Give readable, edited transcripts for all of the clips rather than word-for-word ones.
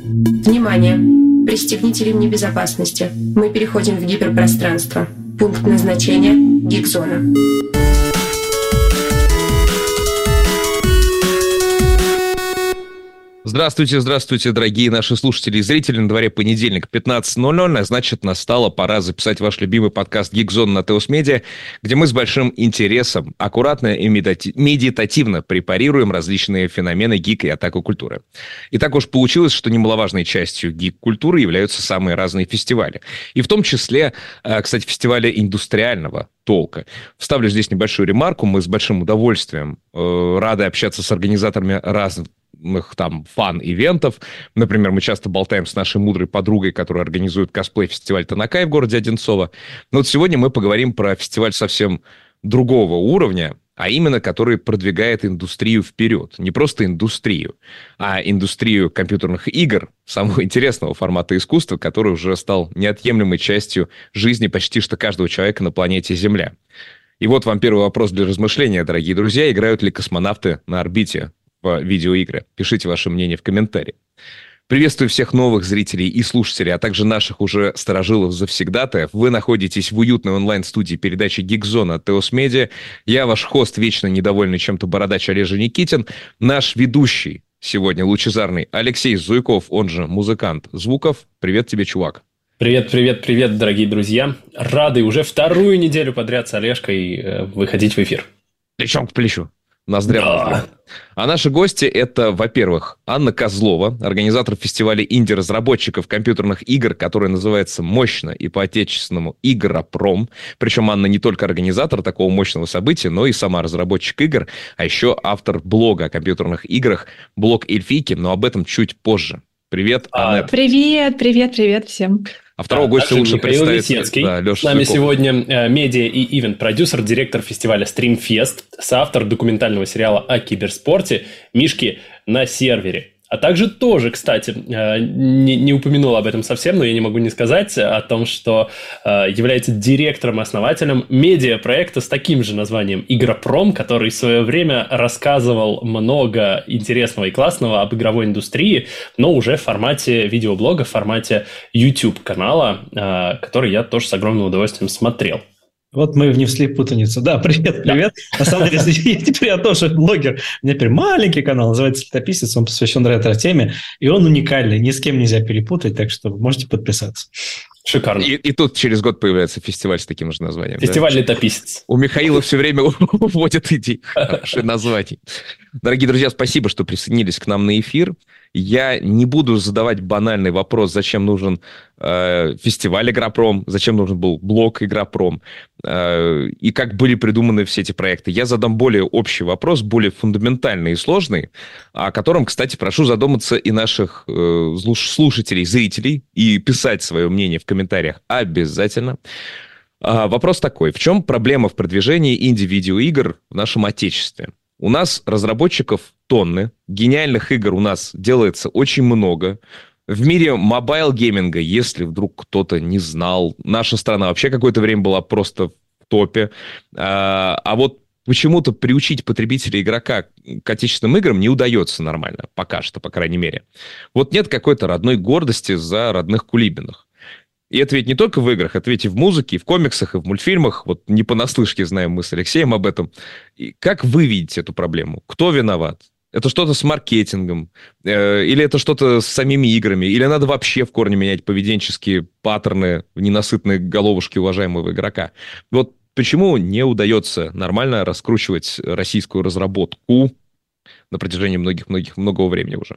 Внимание! Пристегните ремни безопасности. Мы переходим в гиперпространство. Пункт назначения – Гик-зона. Здравствуйте, дорогие наши слушатели и зрители. На дворе понедельник, 15:00, а значит, настала пора записать ваш любимый подкаст «Гик-зона» на Теос Медиа, где мы с большим интересом, аккуратно и медитативно препарируем различные феномены гик и атаку культуры. И так уж получилось, что немаловажной частью гик-культуры являются самые разные фестивали. И в том числе, кстати, фестивали индустриального толка. Вставлю здесь небольшую ремарку. Мы с большим удовольствием рады общаться с организаторами разных там фан-ивентов. Например, мы часто болтаем с нашей мудрой подругой, которая организует косплей-фестиваль Танакай в городе Одинцово. Но вот сегодня мы поговорим про фестиваль совсем другого уровня, а именно, который продвигает индустрию вперед. Не просто индустрию, а индустрию компьютерных игр, самого интересного формата искусства, который уже стал неотъемлемой частью жизни почти что каждого человека на планете Земля. И вот вам первый вопрос для размышления, дорогие друзья. Играют ли космонавты на орбите в видеоигры? Пишите ваше мнение в комментарии. Приветствую всех новых зрителей и слушателей, а также наших уже старожилов-завсегдатаев. Вы находитесь в уютной онлайн-студии передачи «Гик-зона» от Теос Медиа. Я ваш хост, вечно недовольный чем-то бородач Олежа Никитин. Наш ведущий сегодня лучезарный Алексей Зуйков, он же музыкант Звуков. Привет тебе, чувак. Привет, дорогие друзья. Рады уже вторую неделю подряд с Олежкой выходить в эфир. Плечом к плечу. Ноздря в ноздря. А наши гости – это, во-первых, Анна Козлова, организатор фестиваля инди-разработчиков компьютерных игр, который называется мощно и по-отечественному «Игропром». Причем Анна не только организатор такого мощного события, но и сама разработчик игр, а еще автор блога о компьютерных играх, блог Эльфийки, но об этом чуть позже. Привет, Аннет. Привет всем. А второго гостя лучше Михаил представить. Висецкий. Да, Леша с нами Зуйков. сегодня медиа- и ивент-продюсер, директор фестиваля Streamfest, соавтор документального сериала о киберспорте «Мишки на сервере». А также тоже, кстати, не упомянул об этом совсем, но я не могу не сказать о том, что является директором-основателем медиапроекта с таким же названием «Игропром», который в свое время рассказывал много интересного и классного об игровой индустрии, но уже в формате видеоблога, в формате YouTube-канала, который я тоже с огромным удовольствием смотрел. Вот мы внесли путаницу. Да, привет. На самом деле, я теперь тоже блогер. У меня теперь маленький канал, называется «Летописец», он посвящен ретро-теме, и он уникальный, ни с кем нельзя перепутать, так что можете подписаться. Шикарно. И тут через год появляется фестиваль с таким же названием. Фестиваль «Летописец». У Михаила все время уводят идеи хорошие названий. Дорогие друзья, спасибо, что присоединились к нам на эфир. Я не буду задавать банальный вопрос, зачем нужен фестиваль «Игропром», зачем нужен был блог «Игропром», и как были придуманы все эти проекты. Я задам более общий вопрос, более фундаментальный и сложный, о котором, кстати, прошу задуматься и наших слушателей, зрителей, и писать свое мнение в комментариях обязательно. Вопрос такой. В чем проблема в продвижении инди-видеоигр в нашем отечестве? У нас разработчиков тонны, гениальных игр у нас делается очень много. В мире мобайл-гейминга, если вдруг кто-то не знал, наша страна вообще какое-то время была просто в топе. А вот почему-то приучить потребителя игрока к отечественным играм не удается нормально, пока что, по крайней мере. Вот нет какой-то родной гордости за родных кулибиных. И это ведь не только в играх, это ведь и в музыке, и в комиксах, и в мультфильмах. Вот не понаслышке знаем мы с Алексеем об этом. И как вы видите эту проблему? Кто виноват? Это что-то с маркетингом? Или это что-то с самими играми? Или надо вообще в корне менять поведенческие паттерны в ненасытной головушке уважаемого игрока? Вот почему не удается нормально раскручивать российскую разработку на протяжении многого времени уже?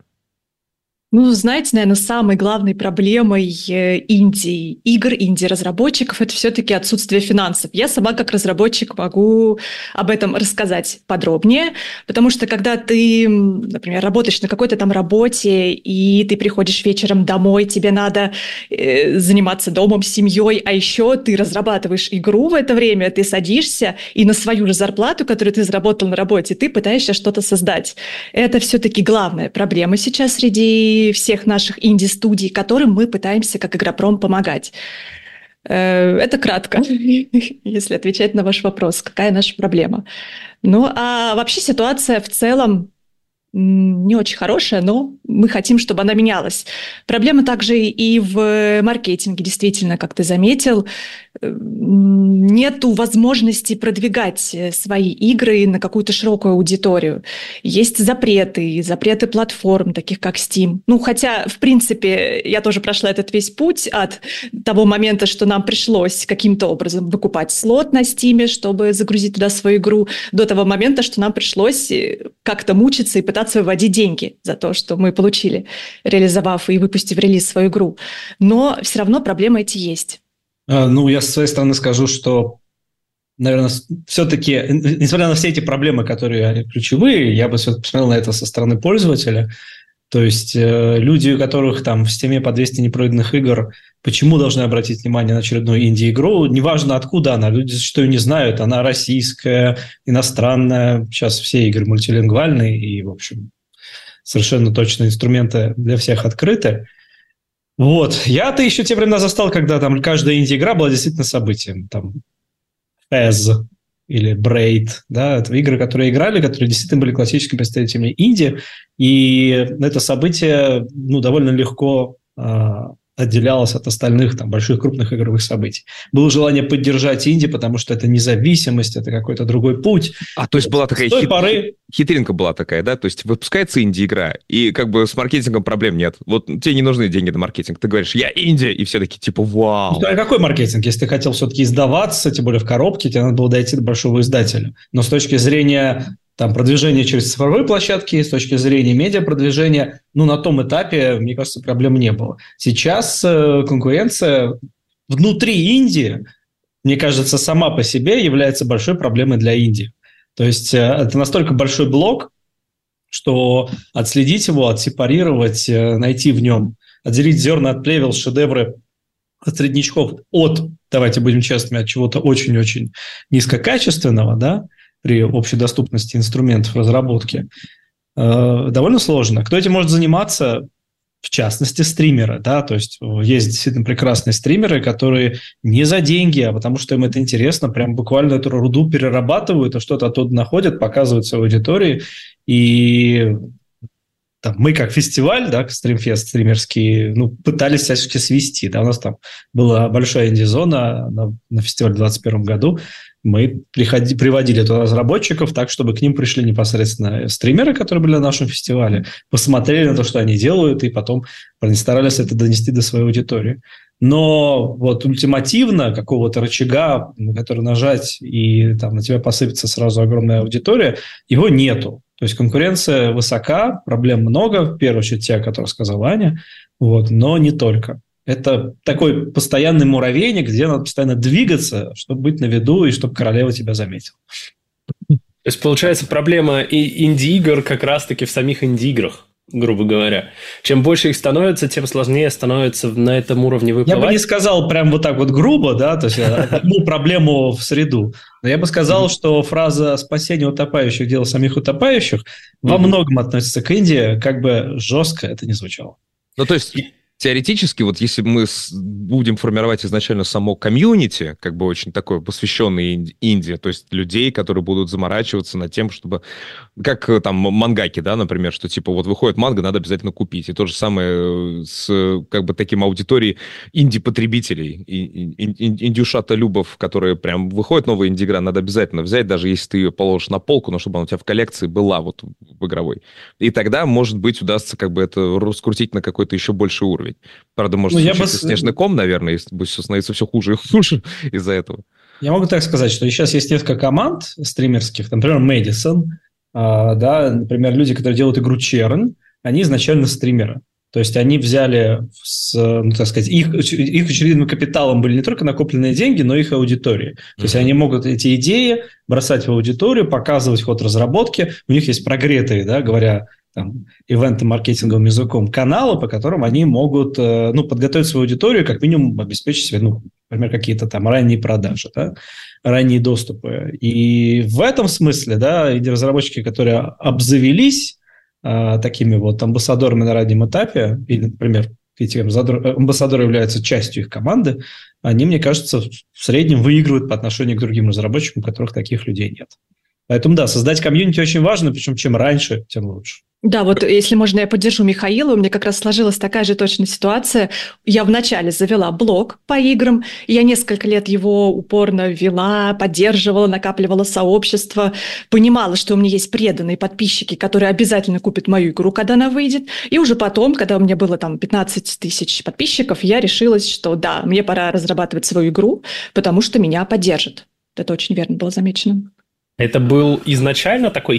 Ну, знаете, наверное, самой главной проблемой инди-игр, инди-разработчиков – это все-таки отсутствие финансов. Я сама как разработчик могу об этом рассказать подробнее, потому что когда ты, например, работаешь на какой-то там работе, и ты приходишь вечером домой, тебе надо заниматься домом, семьей, а еще ты разрабатываешь игру в это время, ты садишься, и на свою же зарплату, которую ты заработал на работе, ты пытаешься что-то создать. Это все-таки главная проблема сейчас среди всех наших инди-студий, которым мы пытаемся как Игропром помогать. Это кратко, если отвечать на ваш вопрос, какая наша проблема. Ну, а вообще ситуация в целом не очень хорошая, но мы хотим, чтобы она менялась. Проблема также и в маркетинге, действительно, как ты заметил. Нету возможности продвигать свои игры на какую-то широкую аудиторию. Есть запреты платформ, таких как Steam. Хотя, в принципе, я тоже прошла этот весь путь от того момента, что нам пришлось каким-то образом выкупать слот на Steam, чтобы загрузить туда свою игру, до того момента, что нам пришлось как-то мучиться и пытаться выводить деньги за то, что мы получили, реализовав и выпустив в релиз свою игру. Но все равно проблемы эти есть. Я со своей стороны скажу, что, наверное, все-таки, несмотря на все эти проблемы, которые ключевые, я бы все-таки посмотрел на это со стороны пользователя. То есть люди, у которых там в Steam по 200 непройденных игр, почему должны обратить внимание на очередную инди-игру? Неважно, откуда она. Люди зачастую не знают, она российская, иностранная. Сейчас все игры мультилингвальные, и, в общем, совершенно точно инструменты для всех открыты. Я-то еще те времена застал, когда там каждая инди-игра была действительно событием. Там Fez или Braid, да, это игры, которые играли, которые действительно были классическими представителями инди, и это событие, довольно легко отделялось от остальных там больших крупных игровых событий. Было желание поддержать инди, потому что это независимость, это какой-то другой путь. То есть была такая хитринка была такая, да? То есть выпускается инди-игра, и как бы с маркетингом проблем нет. Тебе не нужны деньги на маркетинг. Ты говоришь, я инди, и все такие типа вау. А какой маркетинг? Если ты хотел все-таки издаваться, тем более в коробке, тебе надо было дойти до большого издателя. Но с точки зрения продвижения через цифровые площадки, с точки зрения медиапродвижения, на том этапе, мне кажется, проблем не было. Сейчас конкуренция внутри инди, мне кажется, сама по себе является большой проблемой для инди. То есть это настолько большой блок, что отследить его, отсепарировать, найти в нем, отделить зерна от плевел, шедевры от среднячков давайте будем честными, от чего-то очень-очень низкокачественного, да, при общедоступности инструментов разработки, довольно сложно. Кто этим может заниматься? В частности, стримеры, да, то есть есть действительно прекрасные стримеры, которые не за деньги, а потому что им это интересно, прям буквально эту руду перерабатывают, и что-то оттуда находят, показывают своей аудитории, и мы как фестиваль, да, стримфест стримерский, пытались всячески свести, да, у нас там была большая инди-зона на фестивале в 2021 году, мы приводили туда разработчиков так, чтобы к ним пришли непосредственно стримеры, которые были на нашем фестивале, посмотрели на то, что они делают, и потом старались это донести до своей аудитории. Но ультимативно какого-то рычага, на который нажать, и на тебя посыпется сразу огромная аудитория, его нету. То есть конкуренция высока, проблем много, в первую очередь те, о которых сказала Аня, но не только. Это такой постоянный муравейник, где надо постоянно двигаться, чтобы быть на виду и чтобы королева тебя заметила. То есть, получается, проблема и инди-игр как раз-таки в самих инди-играх, грубо говоря. Чем больше их становится, тем сложнее становится на этом уровне выплывать. Я бы не сказал прям грубо, да, то есть одну проблему в среду. Но я бы сказал, что фраза «спасение утопающих – дело самих утопающих» во многом относится к Индии, как бы жестко это не звучало. То есть... Теоретически, если мы будем формировать изначально само комьюнити, как бы очень такое посвященное инди, то есть людей, которые будут заморачиваться над тем, чтобы... Как там мангаки, да, например, что выходит манга, надо обязательно купить. И то же самое с таким аудиторией инди-потребителей, индюшата-любов, которые прям выходит новая инди-игра, надо обязательно взять, даже если ты ее положишь на полку, но чтобы она у тебя в коллекции была в игровой. И тогда, может быть, удастся это раскрутить на какой-то еще больший уровень. Правда, может случиться снежный ком, наверное, если будет становиться все хуже и хуже из-за этого. Я могу так сказать, что сейчас есть несколько команд стримерских, например, Madison, да, например, люди, которые делают игру Черн, они изначально стримеры. То есть они взяли, их очевидным капиталом были не только накопленные деньги, но и их аудитории. То есть они могут эти идеи бросать в аудиторию, показывать ход разработки. У них есть прогретые, да, говоря ивент-маркетинговым языком, каналы, по которым они могут подготовить свою аудиторию, как минимум обеспечить себе, например, какие-то ранние продажи, да, ранние доступы. И в этом смысле, да, разработчики, которые обзавелись такими амбассадорами на раннем этапе, или, например, эти амбассадоры являются частью их команды, они, мне кажется, в среднем выигрывают по отношению к другим разработчикам, у которых таких людей нет. Поэтому, да, создать комьюнити очень важно, причем чем раньше, тем лучше. Да, вот если можно, я поддержу Михаила. У меня как раз сложилась такая же точная ситуация. Я вначале завела блог по играм, и я несколько лет его упорно вела, поддерживала, накапливала сообщество, понимала, что у меня есть преданные подписчики, которые обязательно купят мою игру, когда она выйдет. И уже потом, когда у меня было там 15 тысяч подписчиков, я решилась, что да, мне пора разрабатывать свою игру, потому что меня поддержат. Это очень верно было замечено. Это был изначально такой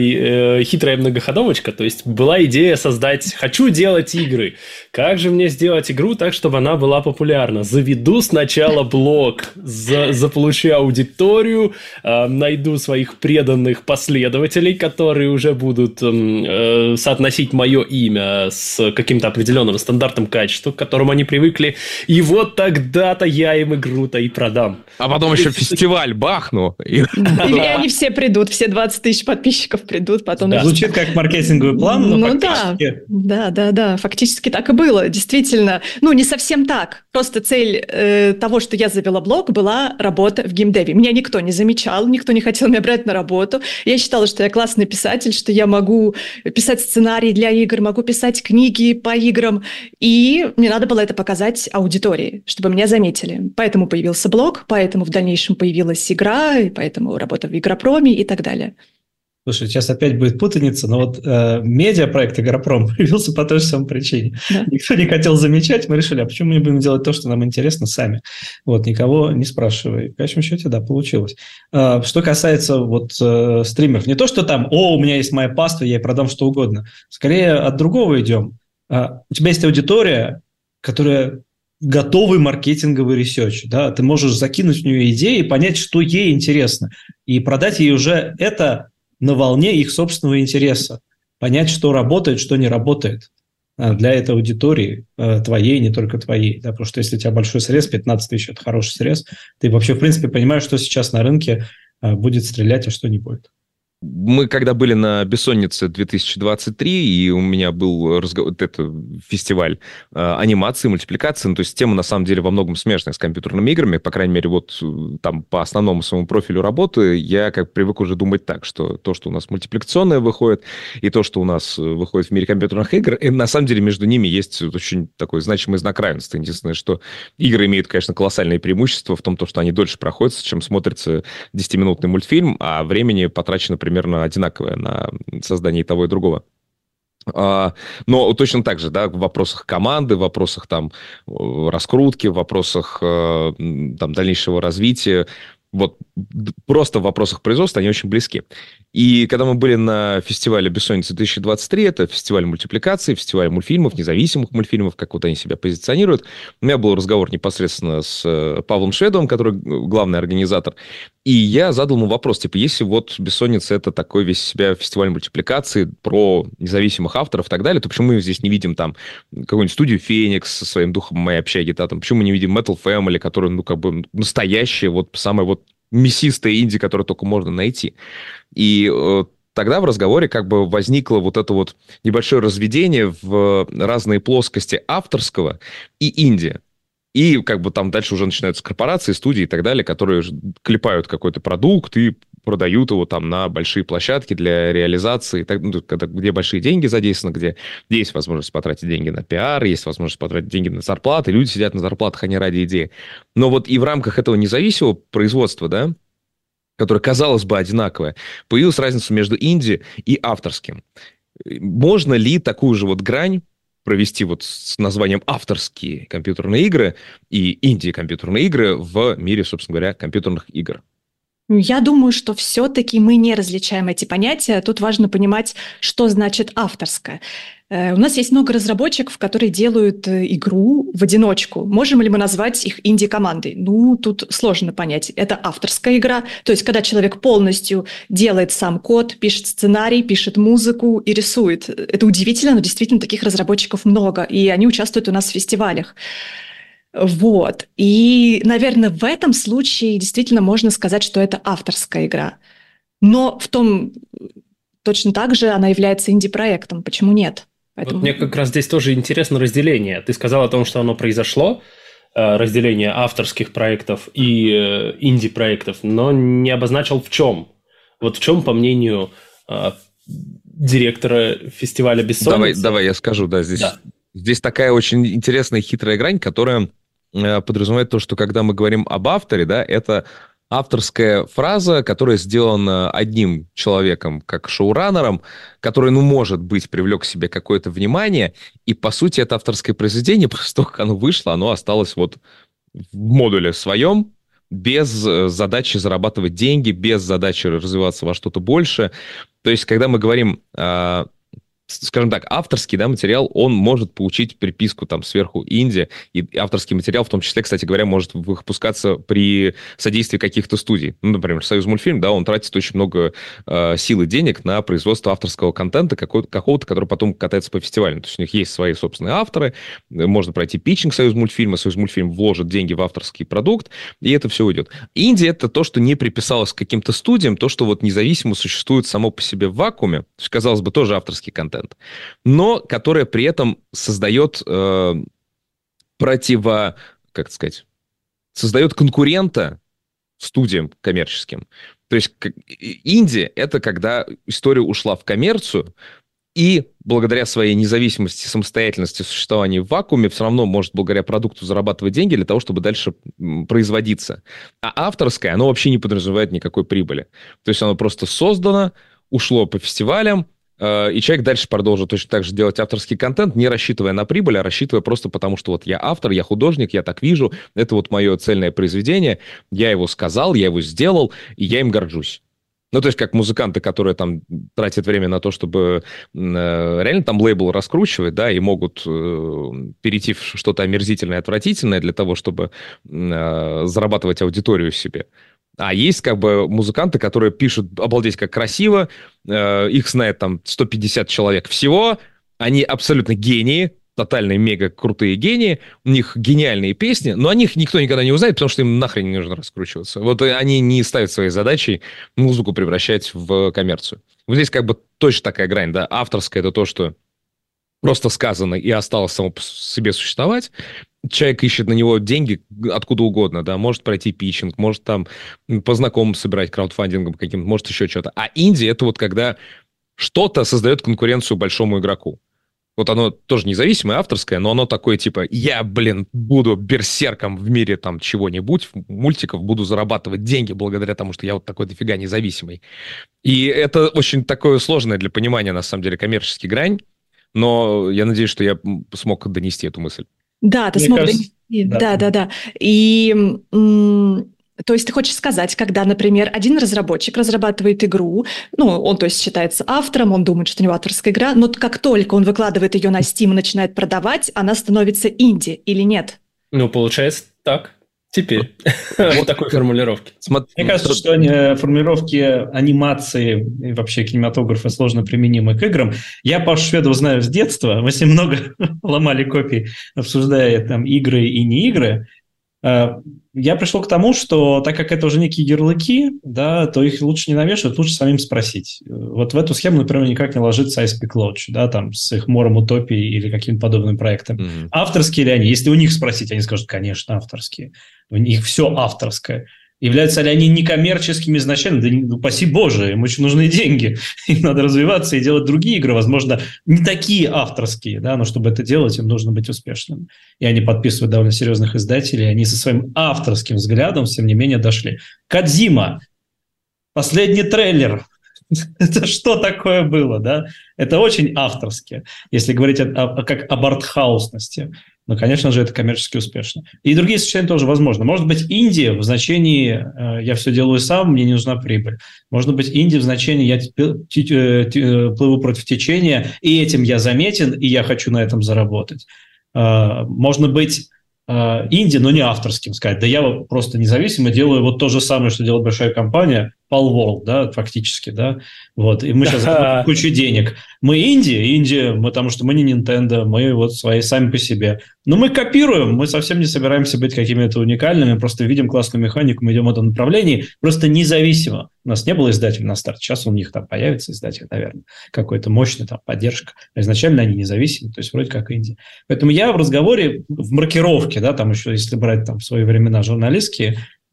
хитрая многоходовочка, то есть была идея создать «хочу делать игры». Как же мне сделать игру так, чтобы она была популярна? Заведу сначала блог, заполучу аудиторию, найду своих преданных последователей, которые уже будут соотносить мое имя с каким-то определенным стандартом качества, к которому они привыкли, и вот тогда-то я им игру-то и продам. А потом еще фестиваль бахну. И они все придут, все 20 тысяч подписчиков придут. Потом да. Звучит как маркетинговый план, но фактически... Да, фактически так и было, действительно. Ну, не совсем так. Просто цель того, что я завела блог, была работа в геймдеве. Меня никто не замечал, никто не хотел меня брать на работу. Я считала, что я классный писатель, что я могу писать сценарии для игр, могу писать книги по играм. И мне надо было это показать аудитории, чтобы меня заметили. Поэтому появился блог, поэтому в дальнейшем появилась игра, и поэтому работа в Игропроме и так далее. Слушай, сейчас опять будет путаница, но вот медиапроект Игропром появился по той же самой причине. Да. Никто не хотел замечать, мы решили, а почему мы не будем делать то, что нам интересно сами? Вот, никого не спрашивая. В конечном счете, да, получилось. Что касается вот стримеров, не то, что там, у меня есть моя паства, я ей продам что угодно. Скорее от другого идем. У тебя есть аудитория, которая... готовый маркетинговый ресерч, да, ты можешь закинуть в нее идеи и понять, что ей интересно, и продать ей уже это на волне их собственного интереса, понять, что работает, что не работает для этой аудитории твоей, не только твоей, да, потому что если у тебя большой срез, 15 тысяч – это хороший срез, ты вообще, в принципе, понимаешь, что сейчас на рынке будет стрелять, а что не будет. Мы когда были на «Бессоннице 2023», и у меня был фестиваль анимации, мультипликации, ну, то есть тема, на самом деле, во многом смежная с компьютерными играми, по крайней мере, вот там по основному своему профилю работы я как привык уже думать так, что то, что у нас мультипликационное выходит, и то, что у нас выходит в мире компьютерных игр, и на самом деле между ними есть очень такой значимый знак равенства. Единственное, что игры имеют, конечно, колоссальные преимущества в том, что они дольше проходят, чем смотрится 10-минутный мультфильм, а времени потрачено примерно одинаковое на создание того и другого. Но точно так же, да, в вопросах команды, в вопросах там раскрутки, в вопросах там дальнейшего развития, вот просто в вопросах производства они очень близки. И когда мы были на фестивале «Бессонница 2023», это фестиваль мультипликации, фестиваль мультфильмов, независимых мультфильмов, как вот они себя позиционируют, у меня был разговор непосредственно с Павлом Шведовым, который главный организатор, и я задал ему вопрос, типа, если вот «Бессонница» — это такой весь себя фестиваль мультипликации про независимых авторов и так далее, то почему мы здесь не видим там какую-нибудь студию «Феникс» со своим духом моей общаги, да, там, почему мы не видим Metal Family, которая, ну, как бы настоящая, вот самая вот мясистая инди, которую только можно найти. И тогда в разговоре как бы возникло вот это вот небольшое разведение в разные плоскости авторского и инди. И как бы там дальше уже начинаются корпорации, студии и так далее, которые клепают какой-то продукт и продают его там на большие площадки для реализации, где большие деньги задействованы, где есть возможность потратить деньги на пиар, есть возможность потратить деньги на зарплаты, люди сидят на зарплатах, а не ради идеи. Но вот и в рамках этого независимого производства, да, которое, казалось бы, одинаковое, появилась разница между инди и авторским. Можно ли такую же вот грань провести вот с названием авторские компьютерные игры и инди-компьютерные игры в мире, собственно говоря, компьютерных игр? Я думаю, что все-таки мы не различаем эти понятия. Тут важно понимать, что значит авторское. У нас есть много разработчиков, которые делают игру в одиночку. Можем ли мы назвать их инди-командой? Ну, тут сложно понять. Это авторская игра, то есть когда человек полностью делает сам код, пишет сценарий, пишет музыку и рисует. Это удивительно, но действительно таких разработчиков много, и они участвуют у нас в фестивалях. Вот. И, наверное, в этом случае действительно можно сказать, что это авторская игра. Но в том точно так же она является инди-проектом. Почему нет? Поэтому... Вот мне как раз здесь тоже интересно разделение. Ты сказал о том, что оно произошло, разделение авторских проектов и инди-проектов, но не обозначил в чем. Вот в чем, по мнению директора фестиваля «Бессонница»? Давай я скажу, здесь такая очень интересная хитрая грань, которая подразумевает то, что когда мы говорим об авторе, да, это авторская фраза, которая сделана одним человеком, как шоураннером, который, может быть, привлек к себе какое-то внимание, и, по сути, это авторское произведение, после того, как оно вышло, оно осталось вот в модуле своем, без задачи зарабатывать деньги, без задачи развиваться во что-то больше. То есть, когда мы говорим, скажем так, авторский, да, материал, он может получить приписку там сверху инди, и авторский материал, в том числе, кстати говоря, может выпускаться при содействии каких-то студий. Например, Союзмультфильм, да, он тратит очень много сил и денег на производство авторского контента какого-то, который потом катается по фестивалям. То есть у них есть свои собственные авторы, можно пройти питчинг Союзмультфильма, Союзмультфильм вложит деньги в авторский продукт, и это все уйдет. Инди — это то, что не приписалось к каким-то студиям, то, что вот независимо существует само по себе в вакууме, то есть, казалось бы, тоже авторский контент, но которая при этом создает создает конкурента студиям коммерческим. То есть инди — это когда история ушла в коммерцию, и благодаря своей независимости, самостоятельности существования в вакууме все равно может благодаря продукту зарабатывать деньги для того, чтобы дальше производиться. А авторское, оно вообще не подразумевает никакой прибыли. То есть оно просто создано, ушло по фестивалям, и человек дальше продолжит точно так же делать авторский контент, не рассчитывая на прибыль, а рассчитывая просто потому, что вот я автор, я художник, я так вижу, это вот мое цельное произведение, я его сказал, я его сделал, и я им горжусь. Ну, то есть, как музыканты, которые там тратят время на то, чтобы реально там лейбл раскручивать, да, и могут перейти в что-то омерзительное, отвратительное для того, чтобы зарабатывать аудиторию себе. А есть как бы музыканты, которые пишут, обалдеть, как красиво, их знает там 150 человек всего, они абсолютно гении, тотальные мега крутые гении, у них гениальные песни, но о них никто никогда не узнает, потому что им нахрен не нужно раскручиваться. Вот они не ставят своей задачей музыку превращать в коммерцию. Вот здесь как бы точно такая грань, да, авторское — это то, что просто сказано и осталось само по себе существовать. Человек ищет на него деньги откуда угодно, да, может пройти питчинг, может там по знакомым собирать краудфандингом каким-то, может еще что-то. А инди — это вот когда что-то создает конкуренцию большому игроку. Вот оно тоже независимое, авторское, но оно такое типа: я, буду берсерком в мире там чего-нибудь, мультиков, буду зарабатывать деньги благодаря тому, что я вот такой дофига независимый. И это очень такое сложное для понимания, на самом деле, коммерческий грань, но я надеюсь, что я смог донести эту мысль. Да, ты смог донести. Да. И то есть ты хочешь сказать, когда, например, один разработчик разрабатывает игру, он, то есть, считается автором, он думает, что у него авторская игра, но как только он выкладывает ее на Steam и начинает продавать, она становится инди или нет? Получается так. Теперь. Вот такой формулировки. Мне кажется, что формулировки анимации и вообще кинематографа сложно применимы к играм. Я Пашу Шведова знаю с детства. Мы с ним много ломали копий, обсуждая там игры и не игры. Я пришел к тому, что так как это уже некие ярлыки, да, то их лучше не навешивать, лучше самим спросить. Вот в эту схему, например, никак не ложится Icepeak Lodge, да, там с их мором утопии или каким-то подобным проектом. Mm-hmm. Авторские ли они? Если у них спросить, они скажут, конечно, авторские. У них все авторское. Являются ли они некоммерческими изначально? Да упаси Боже, им очень нужны деньги. Им надо развиваться и делать другие игры, возможно, не такие авторские, да, но чтобы это делать, им нужно быть успешным. И они подписывают довольно серьезных издателей, они со своим авторским взглядом, тем не менее, дошли. Кодзима. Последний трейлер. Это что такое было, да? Это очень авторски, если говорить как об артхаусности. Но, конечно же, это коммерчески успешно. И другие сочетания тоже возможно. Может быть, инди в значении «я все делаю сам, мне не нужна прибыль». Может быть, инди в значении «я плыву против течения, и этим я заметен, и я хочу на этом заработать». Можно быть инди, но не авторским, сказать, да я просто независимо делаю вот то же самое, что делает большая компания, Palworld, да, фактически, да, вот, и мы сейчас заработаем кучу денег. Мы инди, потому что мы не Nintendo, мы вот свои сами по себе. Но мы копируем, мы совсем не собираемся быть какими-то уникальными, просто видим классную механику, мы идем в этом направлении, просто независимо. У нас не было издателя на старт, сейчас у них там появится издатель, наверное, какой-то мощный там поддержка. А изначально они независимы, то есть вроде как инди. Поэтому я в разговоре, в маркировке, да, там еще, если брать там свои времена журналистские,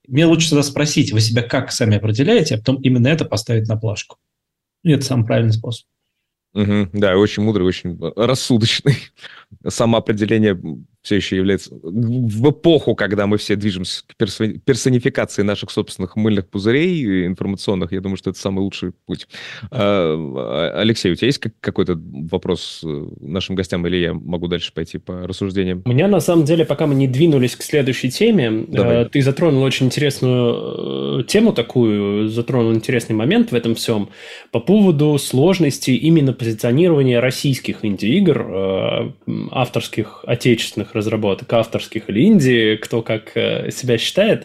мне лучше всегда спросить, вы себя как сами определяете, а потом именно это поставить на плашку. И это самый правильный способ. Да, очень мудрый, очень рассудочный. Самоопределение все еще является... В эпоху, когда мы все движемся к персонификации наших собственных мыльных пузырей информационных, я думаю, что это самый лучший путь. Алексей, у тебя есть какой-то вопрос нашим гостям, или я могу дальше пойти по рассуждениям? У меня, на самом деле, пока мы не двинулись к следующей теме, ты затронул очень интересную тему такую, затронул интересный момент в этом всем по поводу сложности именно позиционирования российских инди-игр, авторских, отечественных разработок, авторских или инди, кто как себя считает.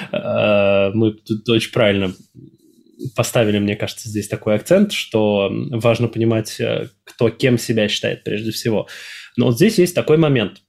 Мы тут очень правильно поставили, мне кажется, здесь такой акцент, что важно понимать, кто кем себя считает прежде всего. Но вот здесь есть такой момент.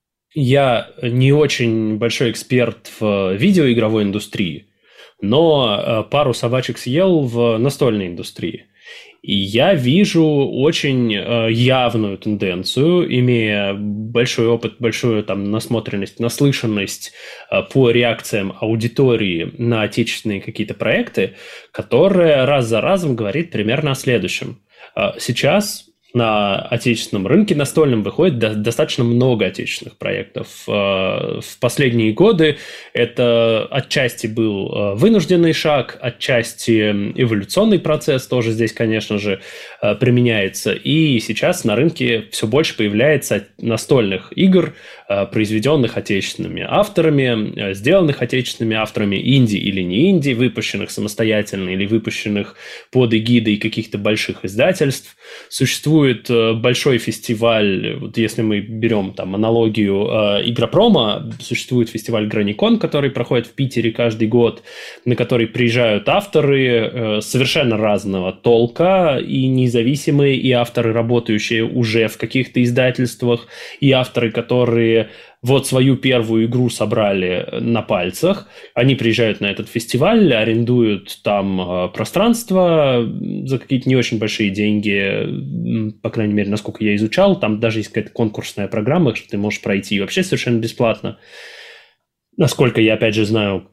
Я не очень большой эксперт в видеоигровой индустрии, но пару собачек съел в настольной индустрии. И я вижу очень явную тенденцию, имея большой опыт, большую там насмотренность, наслышанность по реакциям аудитории на отечественные какие-то проекты, которая раз за разом говорит примерно о следующем. Сейчас на отечественном рынке настольном выходит достаточно много отечественных проектов. В последние годы это отчасти был вынужденный шаг, отчасти эволюционный процесс тоже здесь, конечно же, применяется. И сейчас на рынке все больше появляется настольных игр, произведенных отечественными авторами, сделанных отечественными авторами, инди или не инди, выпущенных самостоятельно или выпущенных под эгидой каких-то больших издательств. Существует большой фестиваль, вот если мы берем там аналогию Игропрома, существует фестиваль Граникон, который проходит в Питере каждый год, на который приезжают авторы совершенно разного толка, и независимые, и авторы, работающие уже в каких-то издательствах, и авторы, которые вот свою первую игру собрали на пальцах. Они приезжают на этот фестиваль, арендуют там пространство за какие-то не очень большие деньги, по крайней мере, насколько я изучал. Там даже есть какая-то конкурсная программа, что ты можешь пройти вообще совершенно бесплатно, насколько я, опять же, знаю.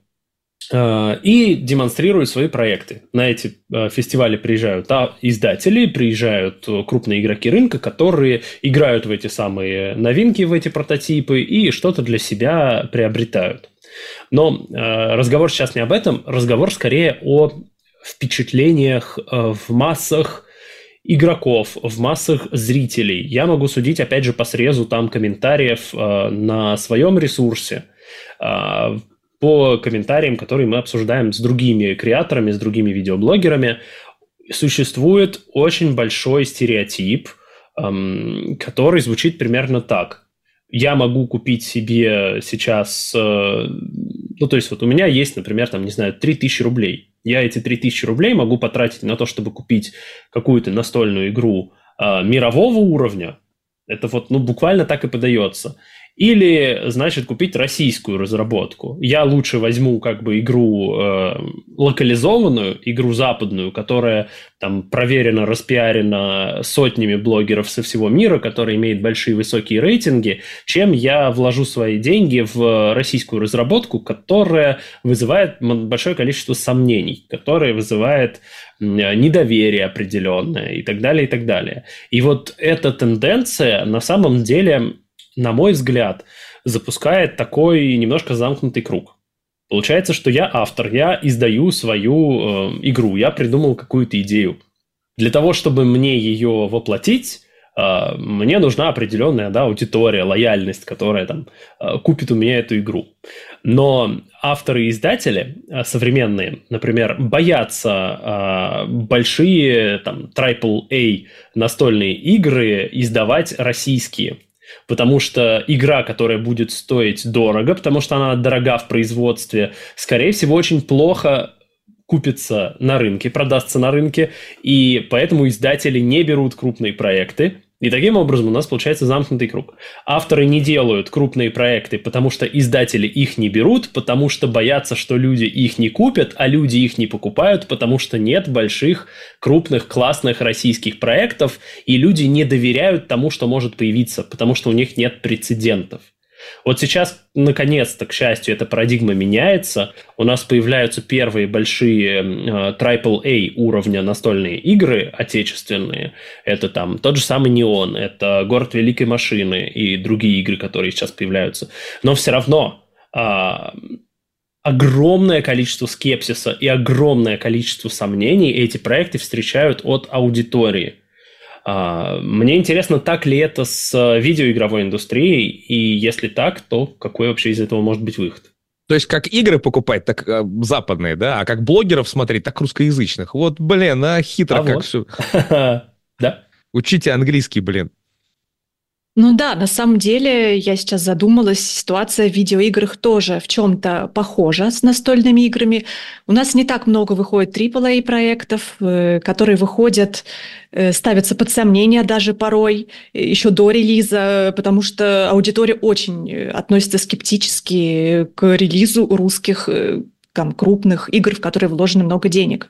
И демонстрируют свои проекты. На эти фестивали приезжают издатели, приезжают крупные игроки рынка, которые играют в эти самые новинки, в эти прототипы и что-то для себя приобретают. Но разговор сейчас не об этом, разговор скорее о впечатлениях в массах игроков, в массах зрителей. Я могу судить, опять же, по срезу там комментариев на своем ресурсе, по комментариям, которые мы обсуждаем с другими креаторами, с другими видеоблогерами. Существует очень большой стереотип, который звучит примерно так. Я могу купить себе сейчас... Ну, то есть вот у меня есть, например, там, не знаю, 3000 рублей. Я эти 3000 рублей могу потратить на то, чтобы купить какую-то настольную игру мирового уровня. Это вот, ну, буквально так и подается. Или, значит, купить российскую разработку. Я лучше возьму как бы игру локализованную, игру западную, которая там проверена, распиарена сотнями блогеров со всего мира, которая имеет большие высокие рейтинги, чем я вложу свои деньги в российскую разработку, которая вызывает большое количество сомнений, которая вызывает недоверие определенное и так далее, и так далее. И вот эта тенденция на самом деле, на мой взгляд, запускает такой немножко замкнутый круг. Получается, что я автор, я издаю свою игру, я придумал какую-то идею. Для того, чтобы мне ее воплотить, мне нужна определенная, да, аудитория, лояльность, которая там купит у меня эту игру. Но авторы и издатели современные, например, боятся большие там AAA настольные игры издавать российские. Потому что игра, которая будет стоить дорого, потому что она дорога в производстве, скорее всего, очень плохо купится на рынке, продастся на рынке, и поэтому издатели не берут крупные проекты. И таким образом у нас получается замкнутый круг. Авторы не делают крупные проекты, потому что издатели их не берут, потому что боятся, что люди их не купят, а люди их не покупают, потому что нет больших, крупных, классных российских проектов, и люди не доверяют тому, что может появиться, потому что у них нет прецедентов. Вот сейчас, наконец-то, к счастью, эта парадигма меняется. У нас появляются первые большие AAA уровня настольные игры отечественные. Это там тот же самый «Неон», это «Город великой машины» и другие игры, которые сейчас появляются. Но все равно огромное количество скепсиса и огромное количество сомнений эти проекты встречают от аудитории. Мне интересно, так ли это с видеоигровой индустрией, и если так, то какой вообще из этого может быть выход? То есть как игры покупать, так западные, да, а как блогеров смотреть, так русскоязычных. Вот, блин, хитро как вот. все. Да. Учите английский, блин. Ну да, на самом деле, я сейчас задумалась, ситуация в видеоиграх тоже в чем-то похожа с настольными играми. У нас не так много выходит AAA-проектов, которые выходят, ставятся под сомнение даже порой, еще до релиза, потому что аудитория очень относится скептически к релизу русских там, крупных игр, в которые вложено много денег.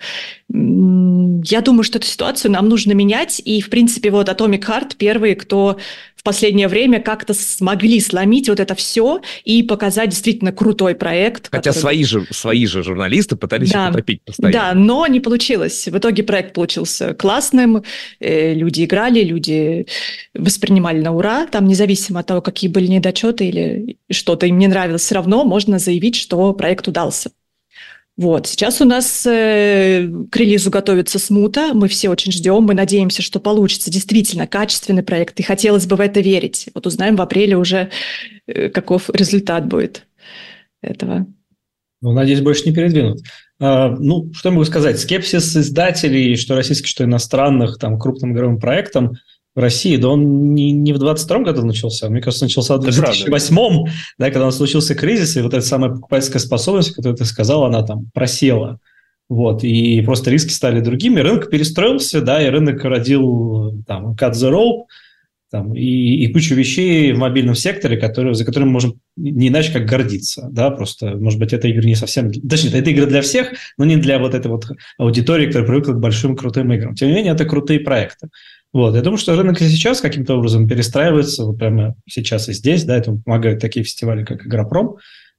Я думаю, что эту ситуацию нам нужно менять, и, в принципе, вот Atomic Heart первые, кто в последнее время как-то смогли сломить вот это все и показать действительно крутой проект. Хотя свои же журналисты пытались их утопить постоянно. Да, но не получилось. В итоге проект получился классным, люди играли, люди воспринимали на ура, там независимо от того, какие были недочеты или что-то им не нравилось, все равно можно заявить, что проект удался. Вот. Сейчас у нас к релизу готовится «Смута». Мы все очень ждем. Мы надеемся, что получится действительно качественный проект. И хотелось бы в это верить. Вот узнаем в апреле уже, каков результат будет этого. Ну, надеюсь, больше не передвинут. Ну, что я могу сказать? Скепсис издателей, что российских, что иностранных, там, крупным игровым проектам в России, да он не в 2022 году начался, мне кажется, начался в 2008, да, когда у нас случился кризис, и вот эта самая покупательская способность, которую ты сказал, она там просела. Вот, и просто риски стали другими, рынок перестроился, да, и рынок родил там cut the rope, там, и кучу вещей в мобильном секторе, за которыми мы можем не иначе как гордиться, да, просто, может быть, это игры не совсем, точнее, это игры для всех, но не для вот этой вот аудитории, которая привыкла к большим крутым играм. Тем не менее, это крутые проекты. Вот, я думаю, что рынок и сейчас каким-то образом перестраивается, вот прямо сейчас и здесь, да, этому помогают такие фестивали, как Игропром,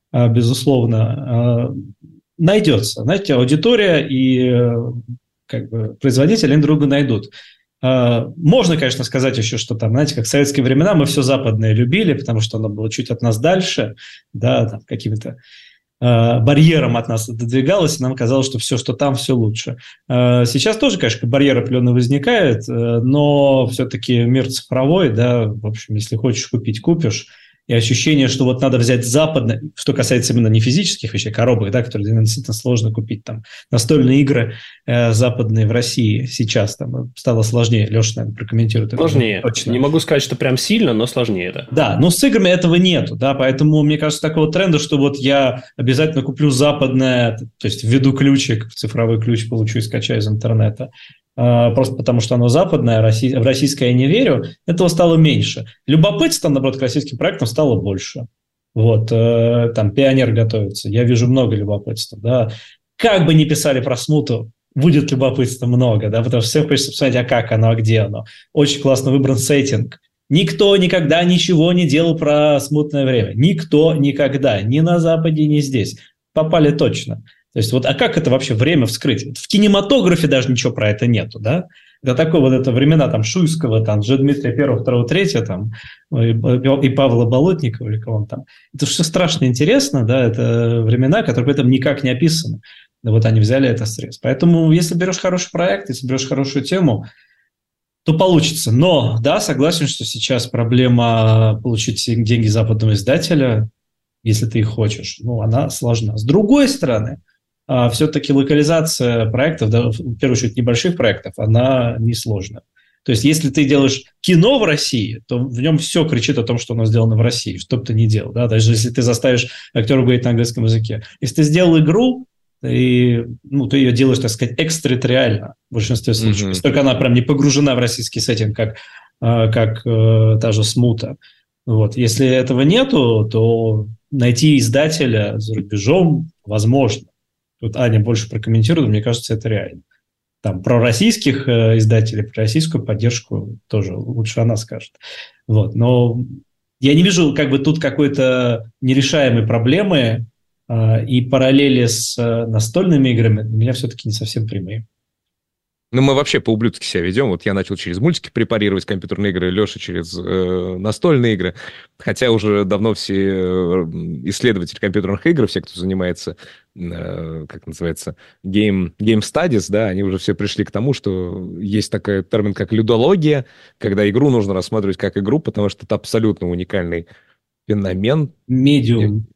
безусловно, найдется. Знаете, аудитория и как бы производители друг друга найдут. Можно, конечно, сказать еще, что там, знаете, как в советские времена мы все западное любили, потому что оно было чуть от нас дальше, да, там какими-то барьером от нас отодвигалось, и нам казалось, что все, что там, все лучше. Сейчас тоже, конечно, барьер определенно возникает, но все-таки мир цифровой, да, в общем, если хочешь купить, купишь. И ощущение, что вот надо взять западное, что касается именно не физических вещей, коробок, да, которые действительно сложно купить, там, настольные игры западные в России сейчас там стало сложнее. Леша, наверное, прокомментирует. Сложнее. Точно. Не могу сказать, что прям сильно, но сложнее, да. Да, но с играми этого нету, да, поэтому, мне кажется, такого тренда, что вот я обязательно куплю западное, то есть введу ключик, цифровой ключ получу и скачаю из интернета, просто потому что оно западное, в российское я не верю, этого стало меньше. Любопытство, наоборот, к российским проектам стало больше. Вот, там «Пионер» готовится, я вижу много любопытства, да. Как бы ни писали про «Смуту», будет любопытства много, да, потому что всем хочется посмотреть, а как оно, а где оно. Очень классно выбран сеттинг. Никто никогда ничего не делал про «Смутное время». Никто никогда, ни на Западе, ни здесь. Попали точно. То есть вот, а как это вообще время вскрыть? В кинематографе даже ничего про это нету, да? Это такое вот это времена там Шуйского, там, Дмитрия Первого, Второго, Третьего, там, и Павла Болотникова, или кого он там. Это все страшно интересно, да, это времена, которые при этом никак не описаны. Да вот они взяли это срез. Поэтому если берешь хороший проект, если берешь хорошую тему, то получится. Но, да, согласен, что сейчас проблема получить деньги западного издателя, если ты их хочешь, ну, она сложна. С другой стороны, все-таки локализация проектов, да, в первую очередь небольших проектов, она несложна. То есть, если ты делаешь кино в России, то в нем все кричит о том, что оно сделано в России, что бы ты ни делал. Да? Даже если ты заставишь актера говорить на английском языке. Если ты сделал игру, ты ее делаешь, так сказать, экстерриториально в большинстве случаев. Если только она прям не погружена в российский сеттинг, как та же «Смута». Вот. Если этого нету, то найти издателя за рубежом возможно. Тут Аня больше прокомментирует, мне кажется, это реально. Там про российских издателей, про российскую поддержку тоже лучше она скажет. Вот. Но Я не вижу как бы тут какой-то нерешаемой проблемы, и параллели с настольными играми для меня все-таки не совсем прямые. Ну, мы вообще по-ублюдски себя ведем. Вот я начал через мультики препарировать компьютерные игры, Леша через настольные игры. Хотя уже давно все исследователи компьютерных игр, все, кто занимается, как называется, game studies, да, они уже все пришли к тому, что есть такой термин, как людология, когда игру нужно рассматривать как игру, потому что это абсолютно уникальный феномен. Медиум.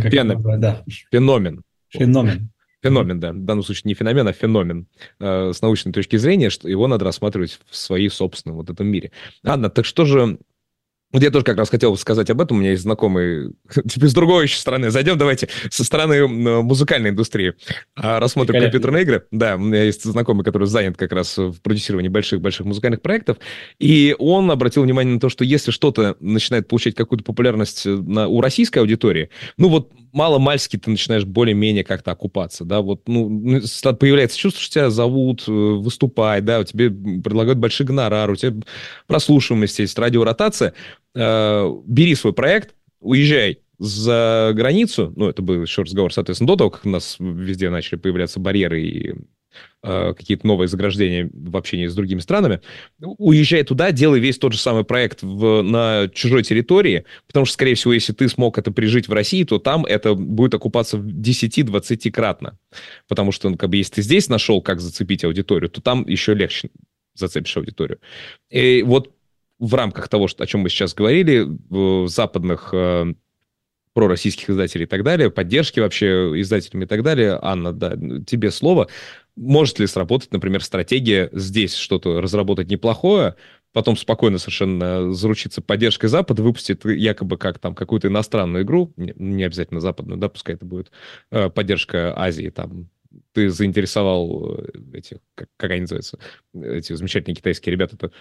Феномен. Феномен, да. В данном случае не феномен, а феномен. С научной точки зрения, что его надо рассматривать в своей собственном вот этом мире. Анна, так что же... Вот я тоже как раз хотел сказать об этом. У меня есть знакомый... С другой еще стороны. Зайдем давайте со стороны музыкальной индустрии. Рассмотрим компьютерные игры. Да, у меня есть знакомый, который занят как раз в продюсировании больших-больших музыкальных проектов. И он обратил внимание на то, что если что-то начинает получать какую-то популярность у российской аудитории, ну вот мало-мальски ты начинаешь более-менее как-то окупаться, да, вот, ну, появляется чувство, что тебя зовут выступать, да, тебе предлагают большие гонорары, у тебя прослушиваемость есть, радиоротация. Бери свой проект, уезжай за границу, ну, это был еще разговор, соответственно, до того, как у нас везде начали появляться барьеры и какие-то новые заграждения в общении с другими странами, уезжай туда, делай весь тот же самый проект на чужой территории, потому что, скорее всего, если ты смог это прижить в России, то там это будет окупаться в 10-20-кратно. Потому что, ну, как бы, если ты здесь нашел, как зацепить аудиторию, то там еще легче зацепишь аудиторию. И вот в рамках того, о чем мы сейчас говорили, западных пророссийских издателей и так далее, поддержки вообще издателями и так далее, Анна, да, тебе слово. Может ли сработать, например, стратегия здесь что-то разработать неплохое, потом спокойно совершенно заручиться поддержкой Запада, выпустить якобы как там какую-то иностранную игру, не обязательно западную, да, пускай это будет поддержка Азии, там, ты заинтересовал этих, как они называются, эти замечательные китайские ребята, это...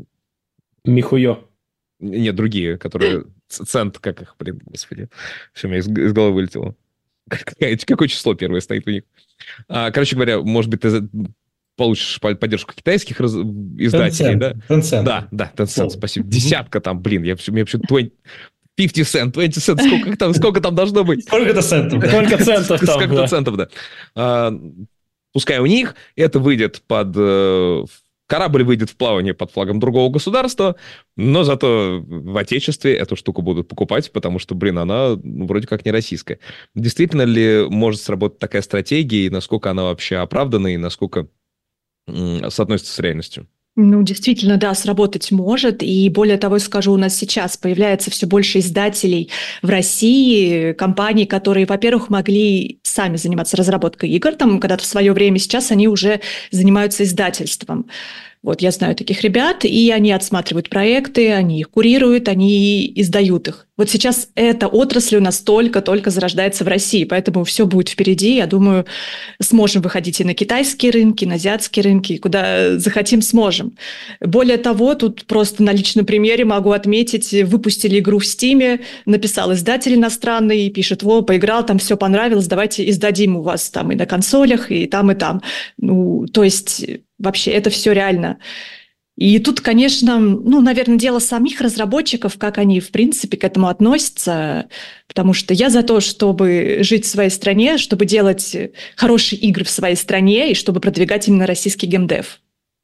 Михуё. Нет, другие, которые... Цент, как их, блин, господи. Все, у меня из головы вылетело. Какое число первое стоит у них? Короче говоря, может быть, ты получишь поддержку китайских издателей, да? Tencent. Да, Tencent, спасибо. Десятка там, блин, я вообще 50 цент, 20 цент, сколько там должно быть? Сколько-то центов. Сколько-то центов, да. Пускай у них это выйдет корабль выйдет в плавание под флагом другого государства, но зато в Отечестве эту штуку будут покупать, потому что, блин, она вроде как не российская. Действительно ли может сработать такая стратегия, и насколько она вообще оправдана, и насколько соотносится с реальностью? Ну, действительно, да, сработать может. И более того, скажу, у нас сейчас появляется все больше издателей в России, компаний, которые, во-первых, могли сами заниматься разработкой игр, там, когда-то в свое время, сейчас они уже занимаются издательством. Вот, я знаю таких ребят, и они отсматривают проекты, они их курируют, они издают их. Вот сейчас эта отрасль у нас только-только зарождается в России, поэтому все будет впереди. Я думаю, сможем выходить и на китайские рынки, и на азиатские рынки, куда захотим, сможем. Более того, тут просто на личном примере могу отметить, выпустили игру в Стиме, написал издатель иностранный, пишет: поиграл, там все понравилось, давайте издадим у вас там и на консолях, и там, и там. Ну, то есть... Вообще, это все реально. И тут, конечно, наверное, дело самих разработчиков, как они, в принципе, к этому относятся. Потому что я за то, чтобы жить в своей стране, чтобы делать хорошие игры в своей стране и чтобы продвигать именно российский геймдев.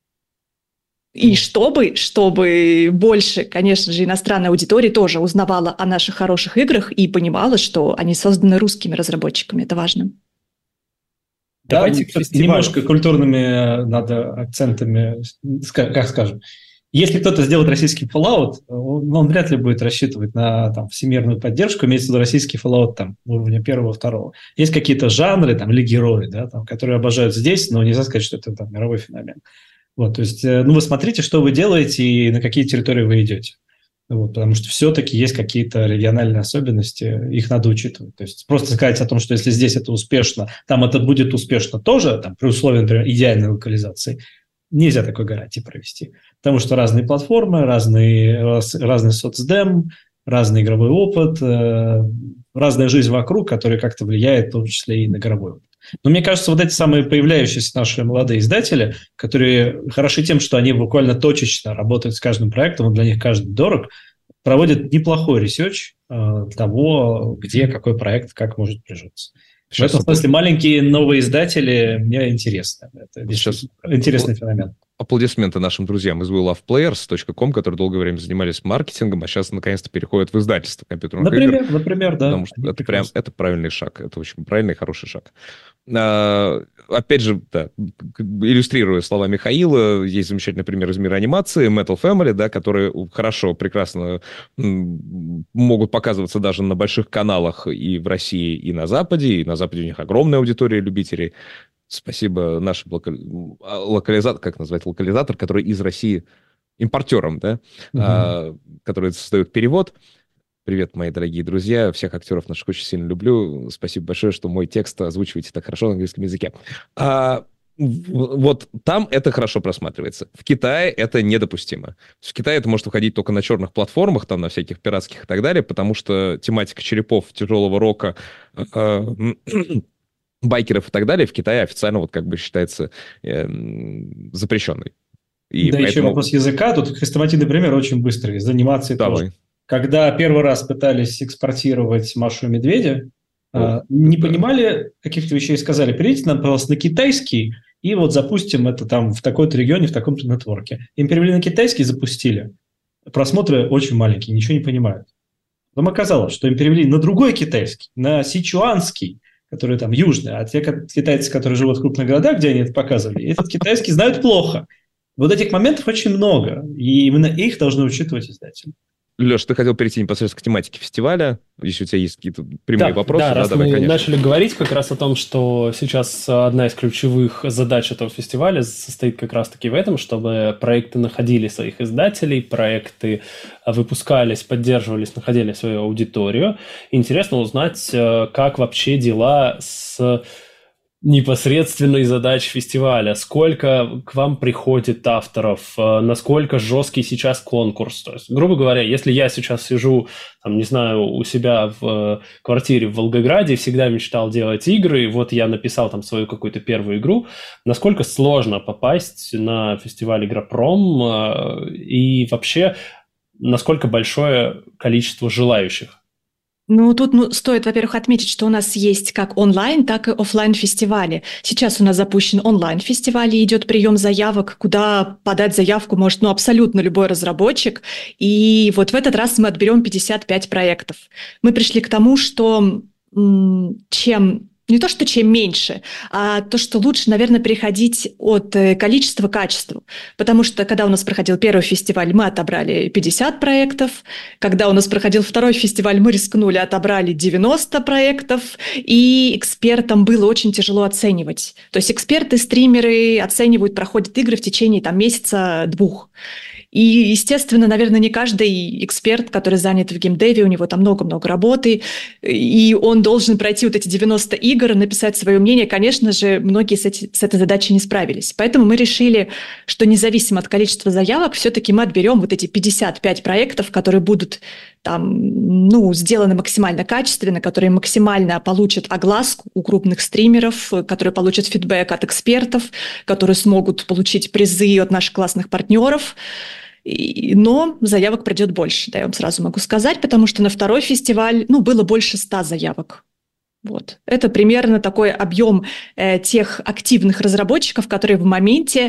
И чтобы больше, конечно же, иностранной аудитории тоже узнавала о наших хороших играх и понимала, что они созданы русскими разработчиками. Это важно. Давайте немножко культурными надо акцентами, как скажем. Если кто-то сделает российский Fallout, он вряд ли будет рассчитывать на всемирную поддержку, имеется в виду российский Fallout уровня 1-2. Есть какие-то жанры или герои, да, которые обожают здесь, но нельзя сказать, что это мировой феномен. Вот, то есть, вы смотрите, что вы делаете и на какие территории вы идете. Вот, потому что все-таки есть какие-то региональные особенности, их надо учитывать. То есть просто сказать о том, что если здесь это успешно, там это будет успешно тоже, при условии, например, идеальной локализации, нельзя такой гарантии провести. Потому что разные платформы, разный соцдем, разный игровой опыт, разная жизнь вокруг, которая как-то влияет в том числе и на игровой опыт. Но мне кажется, вот эти самые появляющиеся наши молодые издатели, которые хороши тем, что они буквально точечно работают с каждым проектом, для них каждый дорог, проводят неплохой ресерч того, где какой проект как может прижиться. В этом смысле маленькие новые издатели мне интересны. Это интересный феномен. Аплодисменты нашим друзьям из weloveplayers.com, которые долгое время занимались маркетингом, а сейчас наконец-то переходят в издательство компьютерных игр. Например, да. Потому что это правильный шаг. Это очень правильный и хороший шаг. Опять же, да, иллюстрируя слова Михаила, есть замечательный пример из мира анимации, Metal Family, да, которые хорошо, прекрасно могут показываться даже на больших каналах и в России, и на Западе. И на Западе у них огромная аудитория любителей. Спасибо нашим локализатор, который из России импортером, да, который создает перевод. Привет, мои дорогие друзья. Всех актеров наших очень сильно люблю. Спасибо большое, что мой текст озвучиваете так хорошо на английском языке. Вот там это хорошо просматривается. В Китае это недопустимо. В Китае это может выходить только на черных платформах, там на всяких пиратских и так далее, потому что тематика черепов, тяжелого рока, байкеров и так далее в Китае официально вот как бы считается запрещенной. И да, поэтому... еще вопрос языка. Тут хрестоматийный пример очень быстрый. Из анимации тоже. Когда первый раз пытались экспортировать Машу и Медведя, не понимали каких-то вещей, сказали, перейдите нам, пожалуйста, на китайский, и вот запустим это там в такой-то регионе, в таком-то нетворке. Им перевели на китайский, запустили. Просмотры очень маленькие, ничего не понимают. Потом оказалось, что им перевели на другой китайский, на сичуанский, который там южный, а те китайцы, которые живут в крупных городах, где они это показывали, этот китайский знают плохо. Вот этих моментов очень много, и именно их должны учитывать издатели. Леш, ты хотел перейти непосредственно к тематике фестиваля, если у тебя есть какие-то прямые вопросы. Да, раз давай, мы конечно. начали говорить как раз о том, что сейчас одна из ключевых задач этого фестиваля состоит как раз-таки в этом, чтобы проекты находили своих издателей, проекты выпускались, поддерживались, находили свою аудиторию. Интересно узнать, как вообще дела с непосредственной задачей фестиваля. Сколько к вам приходит авторов, насколько жесткий сейчас конкурс. То есть, грубо говоря, если я сейчас сижу, там, не знаю, у себя в квартире в Волгограде, всегда мечтал делать игры, и вот я написал там свою какую-то первую игру, насколько сложно попасть на фестиваль Игропром и вообще насколько большое количество желающих? Ну, тут стоит, во-первых, отметить, что у нас есть как онлайн, так и офлайн фестивали. Сейчас у нас запущен онлайн-фестиваль, и идет прием заявок, куда подать заявку может абсолютно любой разработчик. И вот в этот раз мы отберем 55 проектов. Мы пришли к тому, что не то, что чем меньше, а то, что лучше, наверное, переходить от количества к качеству. Потому что, когда у нас проходил первый фестиваль, мы отобрали 50 проектов. Когда у нас проходил второй фестиваль, мы рискнули, отобрали 90 проектов. И экспертам было очень тяжело оценивать. То есть эксперты, стримеры оценивают, проходят игры в течение месяца-двух. И, естественно, наверное, не каждый эксперт, который занят в геймдеве, у него там много-много работы, и он должен пройти вот эти 90 игр, написать свое мнение. Конечно же, многие с этой задачей не справились. Поэтому мы решили, что независимо от количества заявок, все-таки мы отберем вот эти 55 проектов, которые будут там, сделаны максимально качественно, которые максимально получат огласку у крупных стримеров, которые получат фидбэк от экспертов, которые смогут получить призы от наших классных партнеров. Но заявок придет больше, да, я вам сразу могу сказать, потому что на второй фестиваль, было больше 100 заявок. Вот. Это примерно такой объем тех активных разработчиков, которые в моменте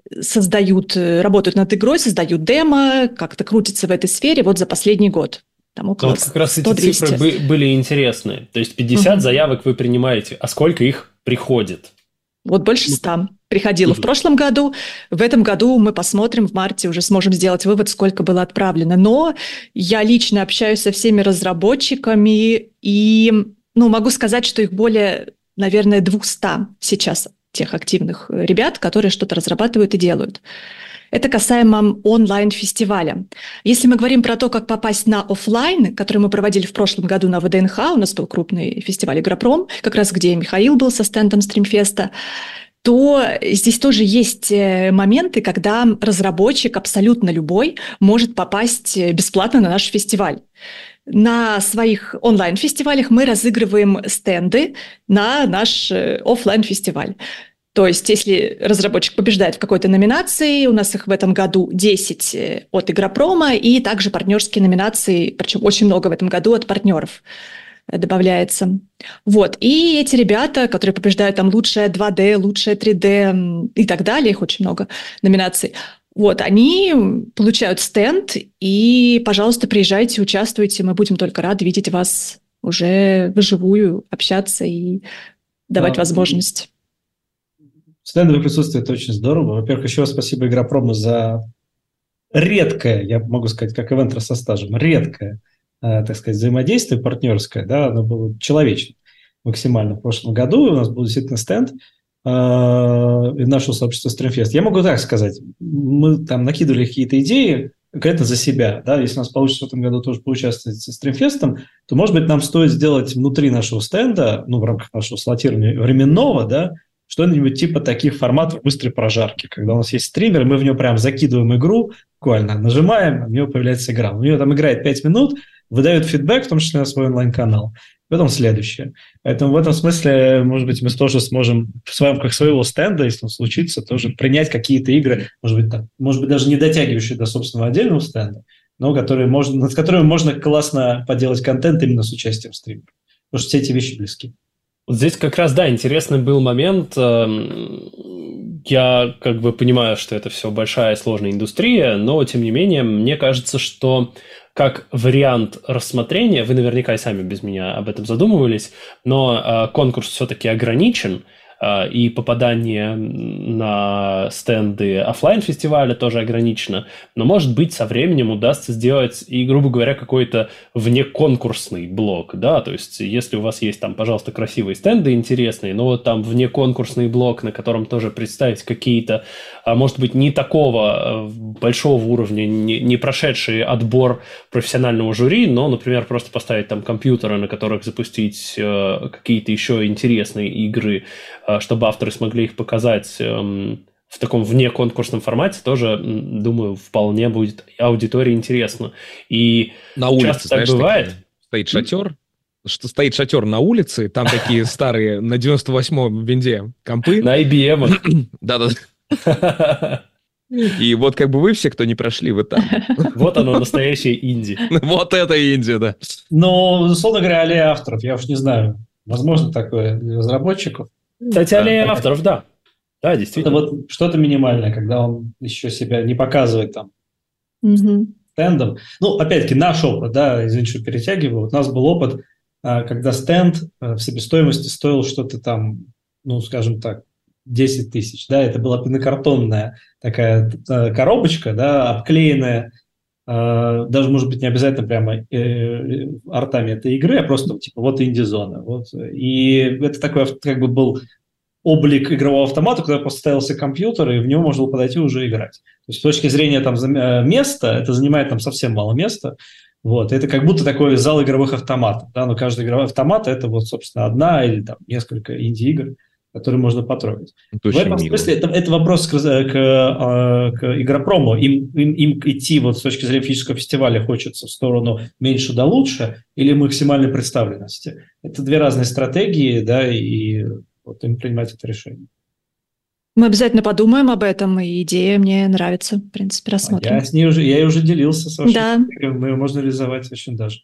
работают над игрой, создают демо, как-то крутятся в этой сфере за последний год. Там около вот как раз эти цифры были интересны. То есть 50 заявок вы принимаете, а сколько их приходит? Вот больше 100 приходило в прошлом году. В этом году мы посмотрим, в марте уже сможем сделать вывод, сколько было отправлено. Но я лично общаюсь со всеми разработчиками и могу сказать, что их более, наверное, 200 сейчас тех активных ребят, которые что-то разрабатывают и делают. Это касаемо онлайн-фестиваля. Если мы говорим про то, как попасть на офлайн, который мы проводили в прошлом году на ВДНХ, у нас был крупный фестиваль Игропром, как раз где Михаил был со стендом Стримфеста, то здесь тоже есть моменты, когда разработчик абсолютно любой может попасть бесплатно на наш фестиваль. На своих онлайн-фестивалях мы разыгрываем стенды на наш офлайн-фестиваль. То есть, если разработчик побеждает в какой-то номинации, у нас их в этом году 10 от Игропрома, и также партнерские номинации, причем очень много в этом году от партнеров добавляется. Вот. И эти ребята, которые побеждают там лучшее 2D, лучшее 3D и так далее, их очень много номинаций, вот, они получают стенд, и, пожалуйста, приезжайте, участвуйте, мы будем только рады видеть вас уже вживую, общаться и давать возможность. Стендовое присутствие – это очень здорово. Во-первых, еще раз спасибо Игропрому за редкое, я могу сказать, как ивентер со стажем, редкое, так сказать, взаимодействие партнерское, да, оно было человечным максимально в прошлом году, и у нас был действительно стенд нашего сообщества StreamFest. Я могу так сказать, мы там накидывали какие-то идеи конкретно за себя, да, если у нас получится в этом году тоже поучаствовать со StreamFest, то, может быть, нам стоит сделать внутри нашего стенда, ну, в рамках нашего слотирования временного, да, что-нибудь типа таких форматов быстрой прожарки, когда у нас есть стример, мы в него прям закидываем игру, буквально нажимаем, у него появляется игра. У него там играет 5 минут, выдает фидбэк, в том числе на свой онлайн-канал. Потом следующее. Поэтому в этом смысле, может быть, мы тоже сможем в рамках своего стенда, если он случится, тоже принять какие-то игры, может быть, даже не дотягивающие до собственного отдельного стенда, но над которыми можно классно поделать контент именно с участием стримеров. Потому что все эти вещи близки. Вот здесь как раз, да, интересный был момент. Я как бы понимаю, что это все большая и сложная индустрия, но, тем не менее, мне кажется, что как вариант рассмотрения, вы наверняка и сами без меня об этом задумывались, но конкурс все-таки ограничен, и попадание на стенды офлайн-фестиваля тоже ограничено, но, может быть, со временем удастся сделать и, грубо говоря, какой-то внеконкурсный блок, да, то есть если у вас есть там, пожалуйста, красивые стенды интересные, но вот там внеконкурсный блок, на котором тоже представить какие-то, может быть, не такого большого уровня, не прошедший отбор профессионального жюри, но, например, просто поставить там компьютеры, на которых запустить какие-то еще интересные игры, чтобы авторы смогли их показать в таком внеконкурсном формате, тоже, думаю, вполне будет аудитории интересно. И на улице, часто знаешь, так бывает. Стоит шатер на улице, там такие старые на 98-м винде компы. На IBM. Да-да. И вот как бы вы все, кто не прошли, вы там. Вот оно, настоящее инди. Вот это инди, да. Но, условно говоря, аллея авторов, я уж не знаю, возможно такое для разработчиков. Кстати, аллея авторов, да. Да, действительно. Это вот что-то минимальное, когда он еще себя не показывает там стендом. Ну, опять-таки, наш опыт, да, извините, что перетягиваю. Вот у нас был опыт, когда стенд в себестоимости стоил что-то там, ну, скажем так, 10 тысяч, да, это была пенокартонная такая коробочка, да, обклеенная, даже, может быть, не обязательно прямо артами этой игры, а просто, типа, вот инди-зона, вот, и это такой, как бы, был облик игрового автомата, куда поставился компьютер, и в него можно было подойти и уже играть. То есть, с точки зрения, там, места, это занимает там совсем мало места, вот, это как будто такой зал игровых автоматов, да, но каждый игровой автомат – это, вот, собственно, одна или, там, несколько инди-игр, которые можно потрогать. В этом смысле это вопрос к Игропрому. Им идти вот с точки зрения физического фестиваля хочется в сторону меньше да лучше или максимальной представленности. Это две разные стратегии, да, и вот им принимать это решение. Мы обязательно подумаем об этом, и идея мне нравится, в принципе, рассмотрим. Я ей уже делился с вашей коллегой, мы ее можно реализовать очень даже.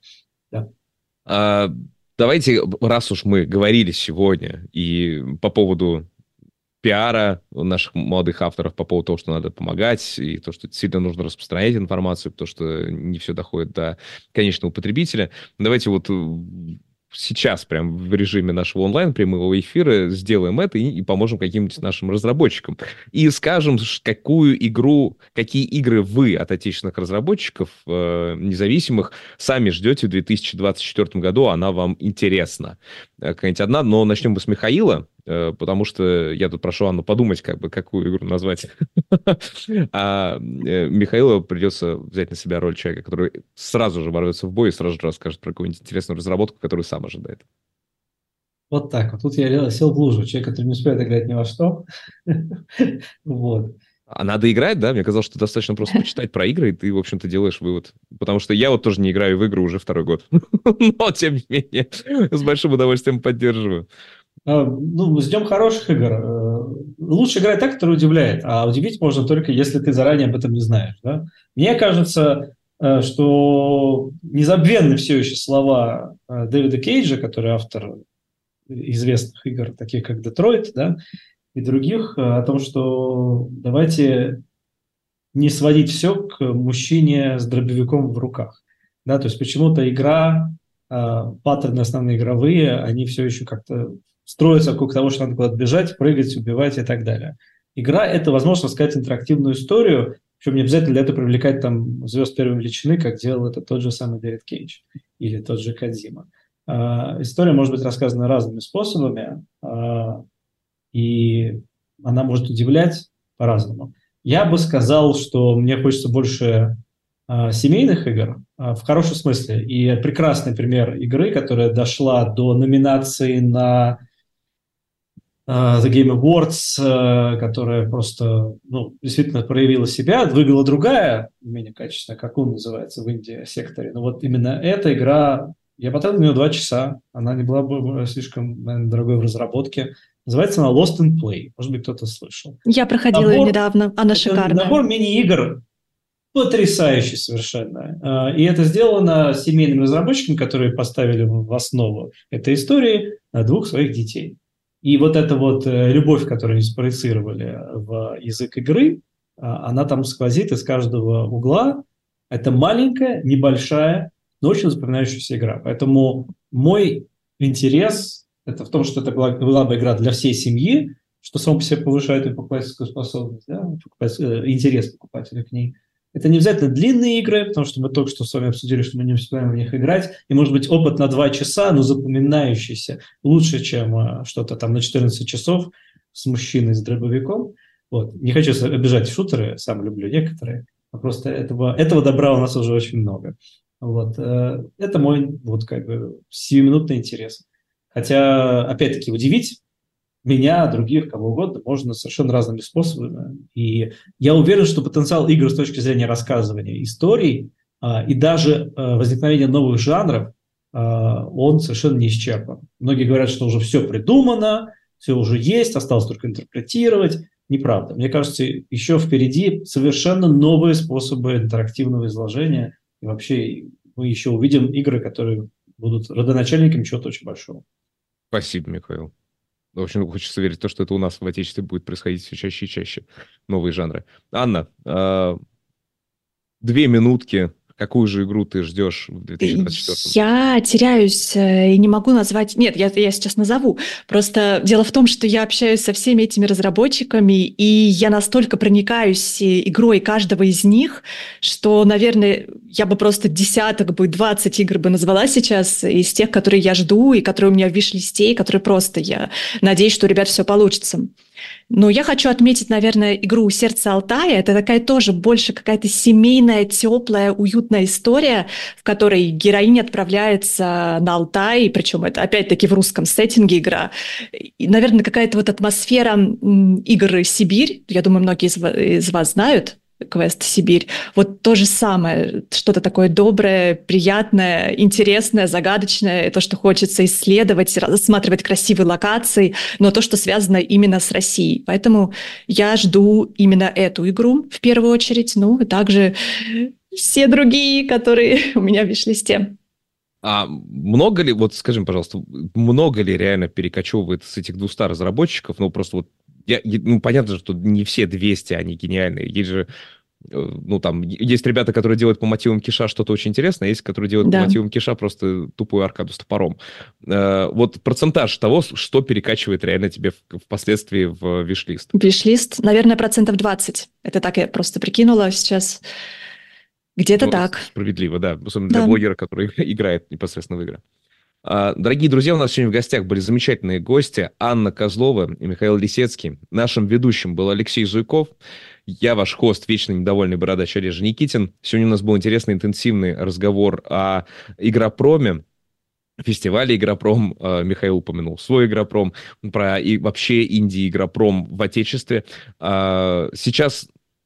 Да. Давайте, раз уж мы говорили сегодня и по поводу пиара наших молодых авторов, по поводу того, что надо помогать, и то, что действительно нужно распространять информацию, потому что не все доходит до конечного потребителя, давайте вот сейчас прям в режиме нашего онлайн прямого эфира сделаем это и поможем каким-нибудь нашим разработчикам. И скажем, какие игры вы от отечественных разработчиков независимых сами ждете в 2024 году, она вам интересна. Какая-нибудь одна, но начнем мы с Михаила, потому что я тут прошу Анну подумать, как бы, какую игру назвать. А Михаилу придется взять на себя роль человека, который сразу же ворвется в бой и сразу же расскажет про какую-нибудь интересную разработку, которую сам ожидает. Вот так вот. Тут я сел в лужу. Человек, который не успеет играть ни во что. Вот. А надо играть, да? Мне казалось, что достаточно просто почитать про игры, и ты, в общем-то, делаешь вывод. Потому что я вот тоже не играю в игры уже второй год. Но, тем не менее, с большим удовольствием поддерживаю. Ждем хороших игр. Лучше играть так, который удивляет, а удивить можно только, если ты заранее об этом не знаешь. Да? Мне кажется, что незабвенны все еще слова Дэвида Кейджа, который автор известных игр, таких как «Детройт», да, и других, о том, что давайте не сводить все к мужчине с дробовиком в руках. Да? То есть почему-то игра, паттерны основные игровые, они все еще как-то строятся вокруг того, что надо куда-то бежать, прыгать, убивать и так далее. Игра – это возможность сказать интерактивную историю, причем не обязательно для этого привлекать там звезд первой величины, как делал это тот же самый Дэвид Кейдж или тот же Кодзима. История может быть рассказана разными способами, и она может удивлять по-разному. Я бы сказал, что мне хочется больше семейных игр, в хорошем смысле. И прекрасный пример игры, которая дошла до номинации на The Game Awards, которая просто действительно проявила себя, выиграла другая, менее качественная, как он называется в инди-секторе. Но вот именно эта игра, я потратил на нее 2 часа, она не была бы слишком, наверное, дорогой в разработке. Называется она Lost in Play. Может быть, кто-то слышал. Я проходила ее недавно, она шикарная. Набор мини-игр потрясающий совершенно. И это сделано семейными разработчиками, которые поставили в основу этой истории 2 своих детей. И вот эта вот любовь, которую они спроецировали в язык игры, она там сквозит из каждого угла. Это маленькая, небольшая, но очень запоминающаяся игра. Поэтому мой интерес это в том, что это была бы игра для всей семьи, что само по себе повышает и покупательскую способность, да, интерес покупателя к ней. Это не обязательно длинные игры, потому что мы только что с вами обсудили, что мы не успеваем в них играть. И, может быть, опыт на 2 часа, но запоминающийся лучше, чем что-то там на 14 часов с мужчиной с дробовиком. Вот. Не хочу обижать шутеры, сам люблю некоторые. А просто этого добра у нас уже очень много. Вот. Это мой вот как бы сиюминутный интерес. Хотя, опять-таки, удивить меня, других, кого угодно, можно совершенно разными способами. И я уверен, что потенциал игр с точки зрения рассказывания историй и даже возникновения новых жанров, он совершенно не исчерпан. Многие говорят, что уже все придумано, все уже есть, осталось только интерпретировать. Неправда. Мне кажется, еще впереди совершенно новые способы интерактивного изложения. И вообще мы еще увидим игры, которые будут родоначальниками чего-то очень большого. Спасибо, Михаил. В общем, хочется верить в то, что это у нас в Отечестве будет происходить все чаще и чаще. Новые жанры. Анна, 2 минутки. Какую же игру ты ждешь в 2024? Я теряюсь и не могу назвать... Нет, я сейчас назову. Просто дело в том, что я общаюсь со всеми этими разработчиками, и я настолько проникаюсь игрой каждого из них, что, наверное, я бы просто 20 игр бы назвала сейчас из тех, которые я жду, и которые у меня в виш-листе, и которые просто я надеюсь, что у ребят все получится. Но я хочу отметить, наверное, игру «Сердце Алтая». Это такая тоже больше какая-то семейная, теплая, уютная история, в которой героиня отправляется на Алтай, причем это опять-таки в русском сеттинге игра. И, наверное, какая-то вот атмосфера игр «Сибирь». Я думаю, многие из вас знают квест «Сибирь». Вот то же самое, что-то такое доброе, приятное, интересное, загадочное, то, что хочется исследовать, рассматривать красивые локации, но то, что связано именно с Россией. Поэтому я жду именно эту игру в первую очередь, и также все другие, которые у меня в виш-листе. А много ли, вот скажи, пожалуйста, много ли реально перекочевывает с этих 200 разработчиков? Просто вот понятно, что не все 200, они гениальные. Есть же, там, есть ребята, которые делают по мотивам Киша что-то очень интересное, есть, которые делают по мотивам Киша просто тупую аркаду с топором. Вот процентаж того, что перекачивает реально тебе впоследствии в виш-лист? Виш-лист, наверное, 20%. Это так я просто прикинула сейчас. Где-то так. Справедливо, да. Особенно для блогера, который играет непосредственно в игры. Дорогие друзья, у нас сегодня в гостях были замечательные гости. Анна Козлова и Михаил Лисецкий. Нашим ведущим был Алексей Зуйков. Я ваш хост, вечно недовольный бородач Олежа Никитин. Сегодня у нас был интересный, интенсивный разговор о Игропроме. Фестивале Игропром. Михаил упомянул свой Игропром. Про и вообще инди-Игропром в Отечестве. Сейчас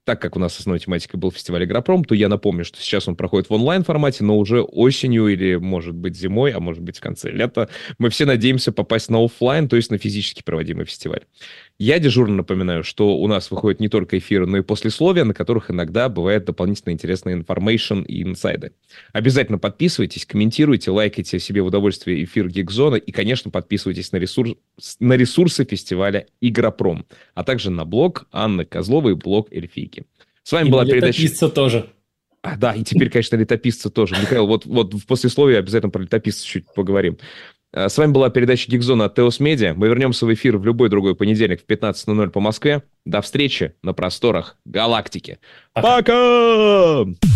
Так как у нас основной тематикой был фестиваль Игропром, то я напомню, что сейчас он проходит в онлайн-формате, но уже осенью или, может быть, зимой, а может быть, в конце лета мы все надеемся попасть на офлайн, то есть на физически проводимый фестиваль. Я дежурно напоминаю, что у нас выходят не только эфиры, но и послесловия, на которых иногда бывает дополнительно интересная информейшн и инсайды. Обязательно подписывайтесь, комментируйте, лайкайте себе в удовольствие эфир Гигзона и, конечно, подписывайтесь на ресурсы фестиваля Игропром, а также на блог Анны Козловой и блог Эльфийки. С вами была передача... Летописца тоже. Да, и теперь, конечно, летописца тоже. Михаил, вот в послесловии обязательно про летописца чуть поговорим. С вами была передача Гигзона от Теос Медиа. Мы вернемся в эфир в любой другой понедельник в 15:00 по Москве. До встречи на просторах галактики. Пока!